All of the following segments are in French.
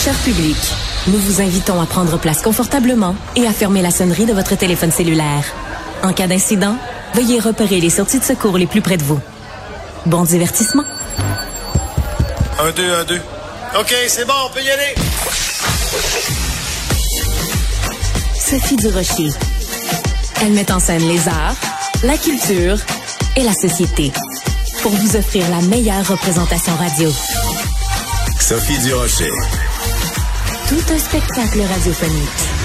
Cher public, nous vous invitons à prendre place confortablement et à fermer la sonnerie de votre téléphone cellulaire. En cas d'incident, veuillez repérer les sorties de secours les plus près de vous. Bon divertissement. 1, 2, 1, 2. OK, c'est bon, on peut y aller. Sophie Durocher. Elle met en scène les arts, la culture et la société pour vous offrir la meilleure représentation radio. Sophie Durocher. Tout un spectacle radiophonique.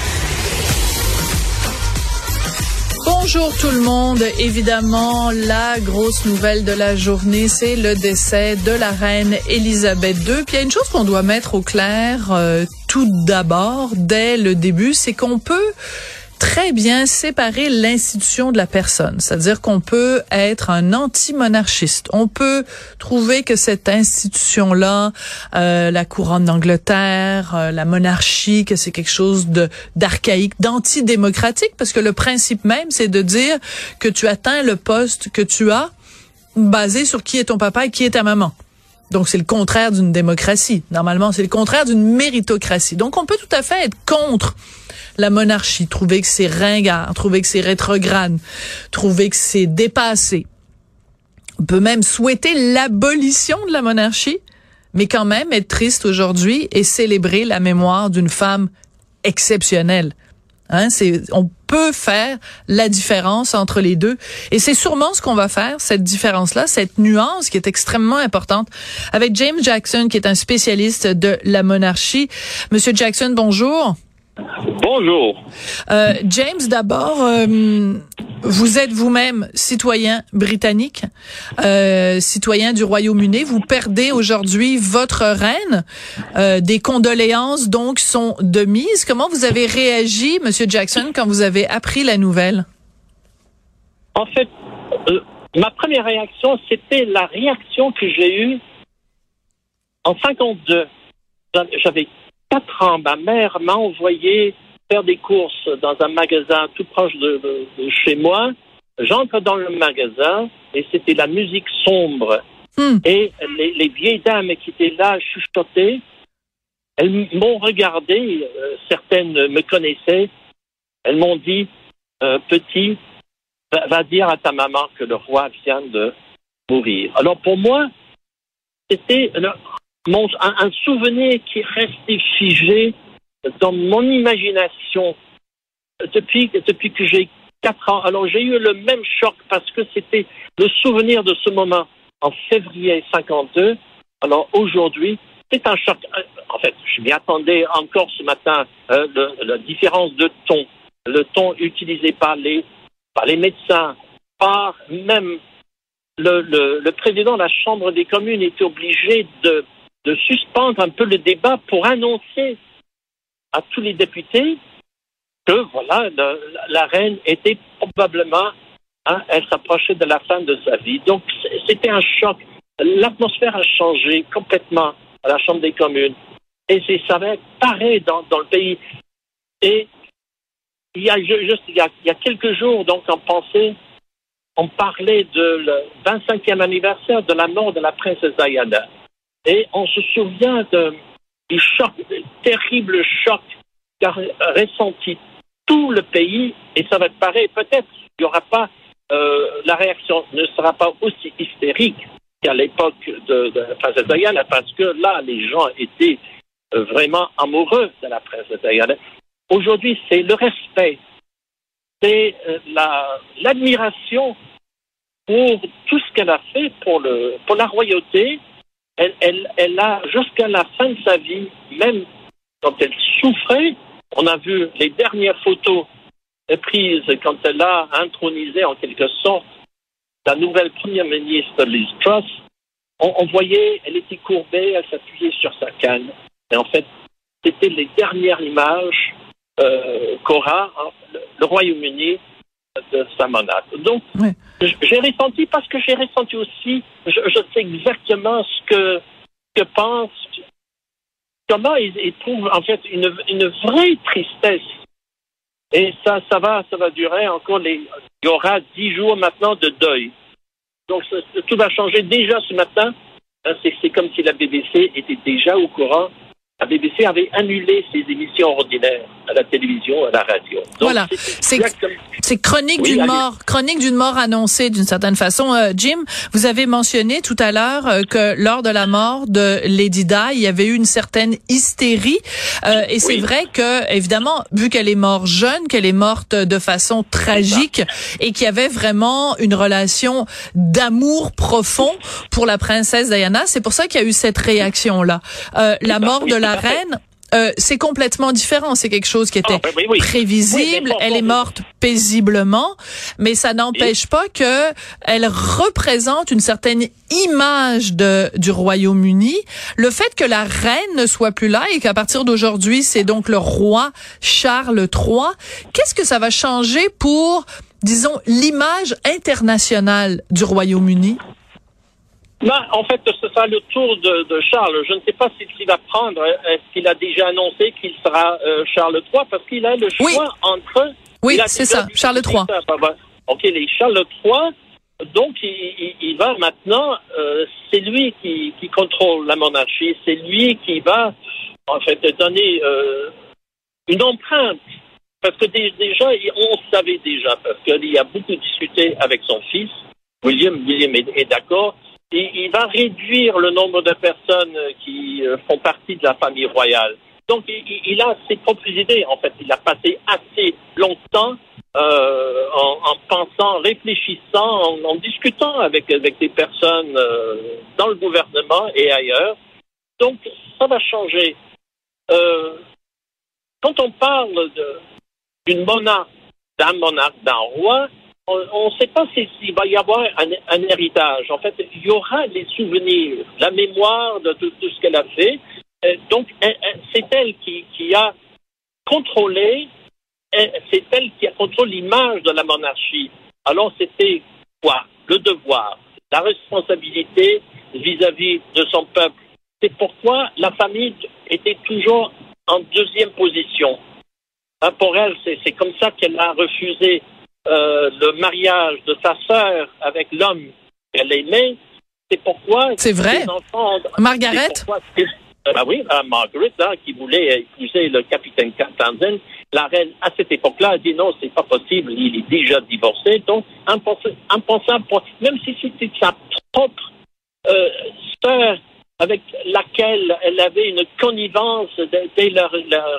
Bonjour tout le monde. Évidemment, la grosse nouvelle de la journée, c'est le décès de la reine Élisabeth II. Puis il y a une chose qu'on doit mettre au clair tout d'abord, dès le début, c'est qu'on peut très bien séparer l'institution de la personne. C'est-à-dire qu'on peut être un anti-monarchiste. On peut trouver que cette institution-là, la couronne d'Angleterre, la monarchie, que c'est quelque chose d'archaïque, d'antidémocratique, parce que le principe même, c'est de dire que tu atteins le poste que tu as basé sur qui est ton papa et qui est ta maman. Donc, c'est le contraire d'une démocratie. Normalement, c'est le contraire d'une méritocratie. Donc, on peut tout à fait être contre la monarchie, trouver que c'est ringard, trouver que c'est rétrograde, trouver que c'est dépassé. On peut même souhaiter l'abolition de la monarchie, mais quand même être triste aujourd'hui et célébrer la mémoire d'une femme exceptionnelle. On peut faire la différence entre les deux. Et c'est sûrement ce qu'on va faire, cette différence-là, cette nuance qui est extrêmement importante, avec James Jackson, qui est un spécialiste de la monarchie. Monsieur Jackson, bonjour. Bonjour. James, d'abord, vous êtes vous-même citoyen britannique, citoyen du Royaume-Uni. Vous perdez aujourd'hui votre reine. Des condoléances, donc, sont de mise. Comment vous avez réagi, Monsieur Jackson, quand vous avez appris la nouvelle? En fait, ma première réaction, c'était la réaction que j'ai eue en 52. J'avais 4 ans, ma mère m'a envoyé faire des courses dans un magasin tout proche de chez moi. J'entre dans le magasin et c'était la musique sombre. Et les vieilles dames qui étaient là chuchotaient. Elles m'ont regardé, certaines me connaissaient. Elles m'ont dit, petit, va dire à ta maman que le roi vient de mourir. Alors pour moi, c'était un souvenir qui est resté figé dans mon imagination depuis que j'ai 4 ans. Alors j'ai eu le même choc parce que c'était le souvenir de ce moment en février 52. Alors aujourd'hui, c'est un choc. En fait, je m'y attendais encore ce matin. La différence de ton, le ton utilisé par les médecins, par même le président de la Chambre des communes était obligé de suspendre un peu le débat pour annoncer à tous les députés que voilà, la reine était probablement, elle s'approchait de la fin de sa vie. Donc c'était un choc. L'atmosphère a changé complètement à la Chambre des communes. Et ça va être pareil dans le pays. Et il y a quelques jours, donc on parlait de le 25e anniversaire de la mort de la princesse Diana. Et on se souvient du choc, du terrible choc qu'a ressenti tout le pays. Et ça va être pareil. Peut-être qu'il n'y aura pas, la réaction ne sera pas aussi hystérique qu'à l'époque de la princesse Diana, parce que là, les gens étaient vraiment amoureux de la princesse Diana. Aujourd'hui, c'est le respect, c'est l'admiration pour tout ce qu'elle a fait pour la royauté. Elle a, jusqu'à la fin de sa vie, même quand elle souffrait, on a vu les dernières photos prises quand elle a intronisé en quelque sorte la nouvelle première ministre Liz Truss. On voyait, elle était courbée, elle s'appuyait sur sa canne. Et en fait, c'était les dernières images qu'aura le Royaume-Uni de sa monarque. Donc, oui. J'ai ressenti, parce que j'ai ressenti aussi, je sais exactement ce que pense, comment ils trouvent en fait une vraie tristesse. Et ça va durer encore il y aura 10 jours maintenant de deuil. Donc tout va changer déjà ce matin. C'est comme si la BBC était déjà au courant la BBC avait annulé ses émissions ordinaires à la télévision, à la radio. Donc, voilà, c'est chronique d'une mort annoncée d'une certaine façon. Jim, vous avez mentionné tout à l'heure que lors de la mort de Lady Di, il y avait eu une certaine hystérie. Et c'est vrai que, évidemment, vu qu'elle est morte jeune, qu'elle est morte de façon tragique et qu'il y avait vraiment une relation d'amour profond pour la princesse Diana, c'est pour ça qu'il y a eu cette réaction-là. La mort de la reine, c'est complètement différent. C'est quelque chose qui était prévisible. Elle est morte paisiblement, mais ça n'empêche pas que elle représente une certaine image du Royaume-Uni. Le fait que la reine ne soit plus là et qu'à partir d'aujourd'hui, c'est donc le roi Charles III, qu'est-ce que ça va changer pour, disons, l'image internationale du Royaume-Uni? En fait, ce sera le tour de Charles. Je ne sais pas s'il va prendre. Est-ce qu'il a déjà annoncé qu'il sera Charles III? Parce qu'il a le choix entre... Oui, c'est ça, Charles III. OK, les Charles III. Donc, il va maintenant... c'est lui qui contrôle la monarchie. C'est lui qui va, en fait, donner une empreinte. Parce que déjà, on savait déjà, parce qu'il a beaucoup discuté avec son fils, William. William est d'accord. Et il va réduire le nombre de personnes qui font partie de la famille royale. Donc, il a ses propres idées. En fait, il a passé assez longtemps en pensant, réfléchissant, en discutant avec des personnes dans le gouvernement et ailleurs. Donc, ça va changer. Quand on parle d'une monarque, d'un roi, on ne sait pas s'il va y avoir un héritage. En fait, il y aura les souvenirs, la mémoire de tout ce qu'elle a fait. Donc, c'est elle qui a contrôlé, c'est elle qui a contrôlé l'image de la monarchie. Alors, c'était quoi? Le devoir, la responsabilité vis-à-vis de son peuple. C'est pourquoi la famille était toujours en deuxième position. Pour elle, c'est comme ça qu'elle a refusé le mariage de sa sœur avec l'homme qu'elle aimait. C'est pourquoi... C'est vrai. Margaret? Margaret, qui voulait épouser le capitaine Townsend. La reine, à cette époque-là, a dit non, c'est pas possible, il est déjà divorcé. Donc, impensable, même si c'était sa propre sœur avec laquelle elle avait une connivence dès leur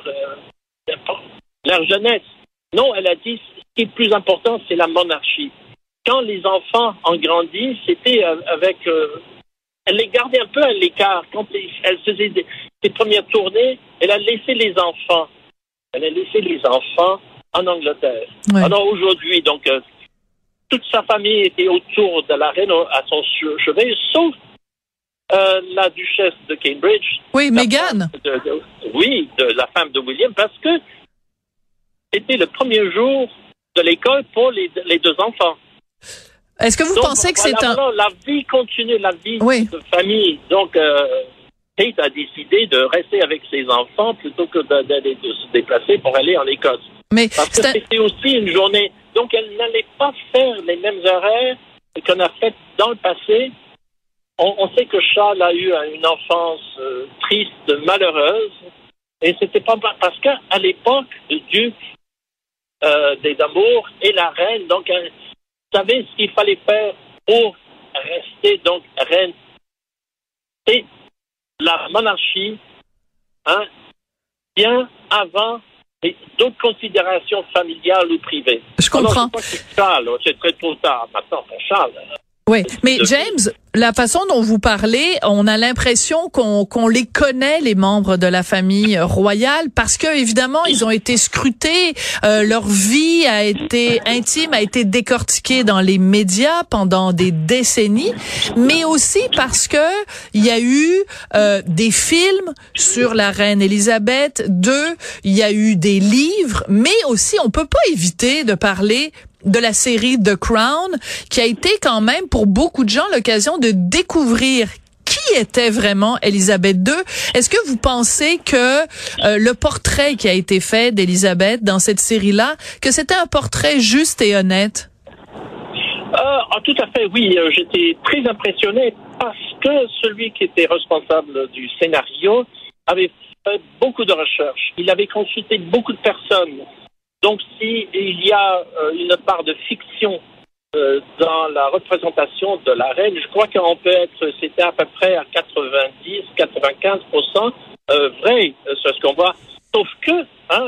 jeunesse. Non, elle a dit, ce qui est plus important, c'est la monarchie. Quand les enfants ont grandi, c'était avec... elle les gardait un peu à l'écart. Quand elle faisait ses premières tournées, elle a laissé les enfants. Elle a laissé les enfants en Angleterre. Ouais. Alors aujourd'hui, donc, toute sa famille était autour de la reine à son chevet, sauf la duchesse de Cambridge. Oui, Meghan. De la femme de William, parce que c'était le premier jour de l'école pour les deux enfants. Est-ce que vous pensez que c'est un... La vie continue, la vie de famille. Donc, Kate a décidé de rester avec ses enfants plutôt que de se déplacer pour aller en Écosse. Parce que c'était aussi une journée. Donc, elle n'allait pas faire les mêmes horaires qu'on a fait dans le passé. On sait que Charles a eu une enfance triste, malheureuse. Et c'était pas parce qu'à l'époque, le duc des Amours et la reine, donc, elle savait ce qu'il fallait faire pour rester donc reine. C'est la monarchie, bien avant d'autres considérations familiales ou privées. Je comprends. Alors, c'est très trop tard maintenant pour Charles. Oui, mais James, la façon dont vous parlez, on a l'impression qu'on les connaît, les membres de la famille royale, parce que évidemment ils ont été scrutés, leur vie a été intime, a été décortiquée dans les médias pendant des décennies, mais aussi parce que il y a eu des films sur la reine Élisabeth II, il y a eu des livres, mais aussi on peut pas éviter de parler de la série The Crown, qui a été quand même pour beaucoup de gens l'occasion de découvrir qui était vraiment Élisabeth II. Est-ce que vous pensez que le portrait qui a été fait d'Élisabeth dans cette série-là, que c'était un portrait juste et honnête? Tout à fait, oui. J'étais très impressionné parce que celui qui était responsable du scénario avait fait beaucoup de recherches. Il avait consulté beaucoup de personnes. Donc, s'il y a une part de fiction dans la représentation de la reine, je crois qu'on peut être, c'était à peu près à 90-95% vrai, c'est ce qu'on voit. Sauf que,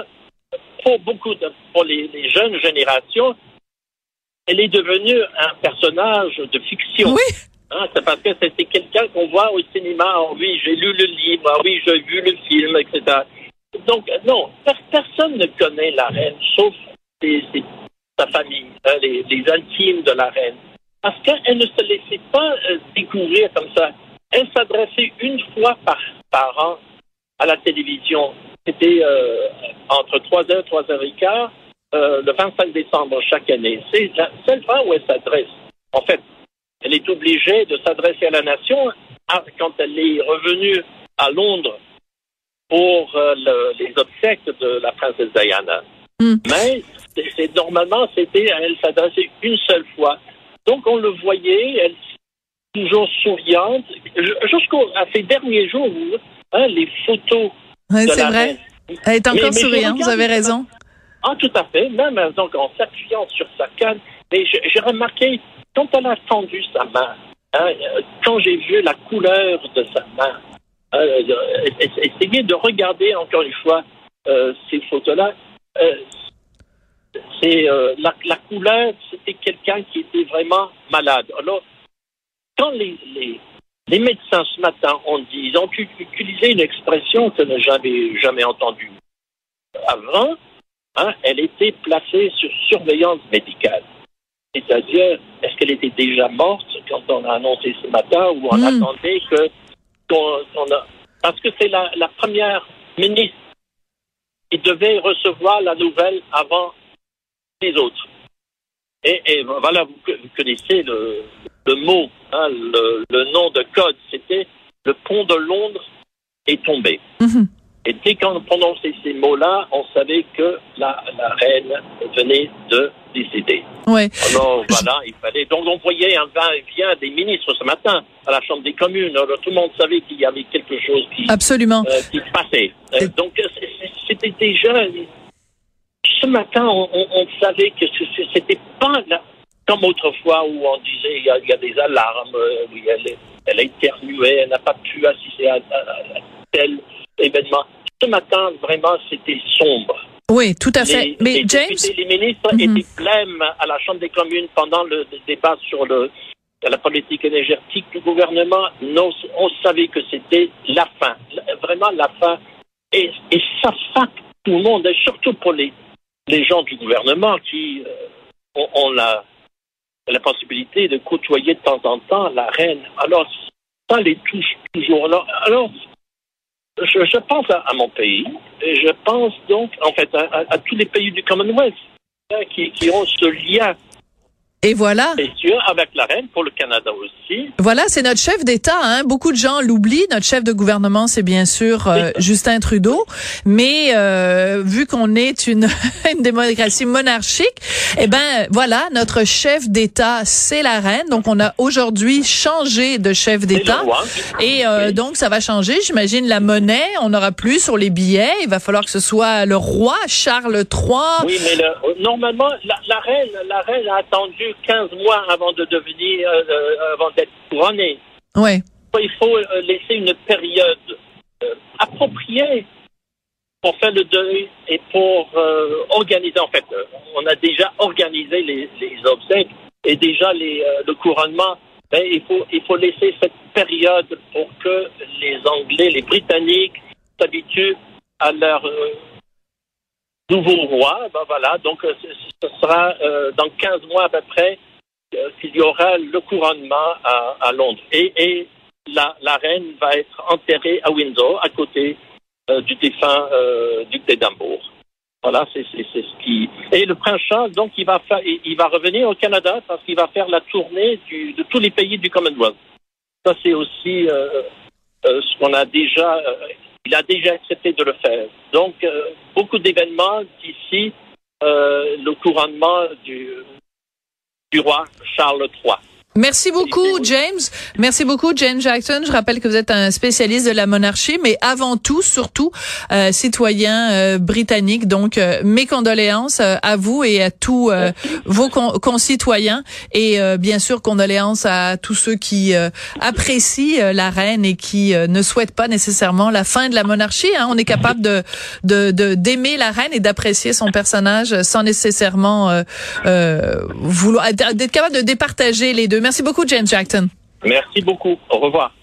pour les jeunes générations, elle est devenue un personnage de fiction. Oui. C'est parce que c'était quelqu'un qu'on voit au cinéma. Oh, oui, j'ai lu le livre. Oh, oui, j'ai vu le film, etc. Donc, non, personne ne connaît la reine, sauf sa famille, les intimes de la reine. Parce qu'elle ne se laissait pas découvrir comme ça. Elle s'adressait une fois par an à la télévision. C'était entre 3h et 3h15, le 25 décembre chaque année. C'est la seule fois où elle s'adresse. En fait, elle est obligée de s'adresser à la nation quand elle est revenue à Londres pour les obsèques de la princesse Diana. Mais normalement, elle s'adressait une seule fois. Donc, on le voyait, elle toujours souriante, jusqu'à ces derniers jours, les photos de c'est la vrai. reine. Elle est encore souriante, vous avez raison. Ah, tout à fait. Même donc, en s'appuyant sur sa canne. Mais j'ai remarqué, quand elle a tendu sa main, quand j'ai vu la couleur de sa main, essayez de regarder encore une fois ces photos-là. La couleur, c'était quelqu'un qui était vraiment malade. Alors, quand les médecins ce matin ils ont utilisé une expression que je n'avais jamais entendue avant, elle était placée sur surveillance médicale. C'est-à-dire, est-ce qu'elle était déjà morte quand on a annoncé ce matin ou on attendait parce que c'est la première ministre qui devait recevoir la nouvelle avant les autres. Et voilà, vous connaissez le mot, le nom de code, c'était le pont de Londres est tombé. Et dès qu'on prononçait ces mots-là, on savait que la reine venait de décéder. Ouais. Alors voilà, il fallait. Donc on voyait un va-et-vient des ministres ce matin à la Chambre des communes. Alors, tout le monde savait qu'il y avait quelque chose qui se passait. Donc c'était déjà. Ce matin, on savait que c'était pas comme autrefois où on disait il y a des alarmes, oui, elle a éternué, elle n'a pas pu assister à tel événement. Ce matin, vraiment, c'était sombre. Oui, tout à fait. Mais James, les ministres étaient blêmes à la Chambre des communes pendant le débat sur la politique énergétique du gouvernement. Non, on savait que c'était la fin, vraiment la fin. Et ça frappe tout le monde, et surtout pour les gens du gouvernement qui ont la possibilité de côtoyer de temps en temps la reine. Alors, ça les touche toujours. Alors, je pense à mon pays, et je pense donc, en fait, à tous les pays du Commonwealth qui ont ce lien. Et voilà. C'est sûr, avec la reine, pour le Canada aussi. Voilà, c'est notre chef d'État, hein. Beaucoup de gens l'oublient. Notre chef de gouvernement, c'est bien sûr Justin Trudeau. Mais vu qu'on est une démocratie monarchique, voilà, notre chef d'État, c'est la reine. Donc, on a aujourd'hui changé de chef d'État. Et donc, ça va changer. J'imagine la monnaie, on n'aura plus sur les billets. Il va falloir que ce soit le roi Charles III. Oui, mais normalement, la reine a attendu 15 mois avant de devenir, avant d'être couronnée. Ouais. Il faut laisser une période appropriée pour faire le deuil et pour organiser. En fait, on a déjà organisé les obsèques et déjà le couronnement. Mais il faut laisser cette période pour que les Anglais, les Britanniques s'habituent à leur nouveau roi. Voilà, donc ce sera dans 15 mois à peu près qu'il y aura le couronnement à Londres. Et la reine va être enterrée à Windsor, à côté du défunt duc d'Édimbourg. Voilà, c'est ce qui. Et le prince Charles, donc, il va revenir au Canada parce qu'il va faire la tournée de tous les pays du Commonwealth. Ça, c'est aussi ce qu'on a déjà. Il a déjà accepté de le faire. Donc, beaucoup d'événements d'ici le couronnement du roi Charles III. Merci beaucoup, James. Merci beaucoup, James Jackson. Je rappelle que vous êtes un spécialiste de la monarchie, mais avant tout, surtout, citoyen britannique. Donc, mes condoléances à vous et à tous vos concitoyens. Et bien sûr, condoléances à tous ceux qui apprécient la reine et qui ne souhaitent pas nécessairement la fin de la monarchie. Hein. On est capable d'aimer la reine et d'apprécier son personnage sans nécessairement vouloir d'être capable de départager les deux. Merci beaucoup, James Jackson. Merci beaucoup. Au revoir.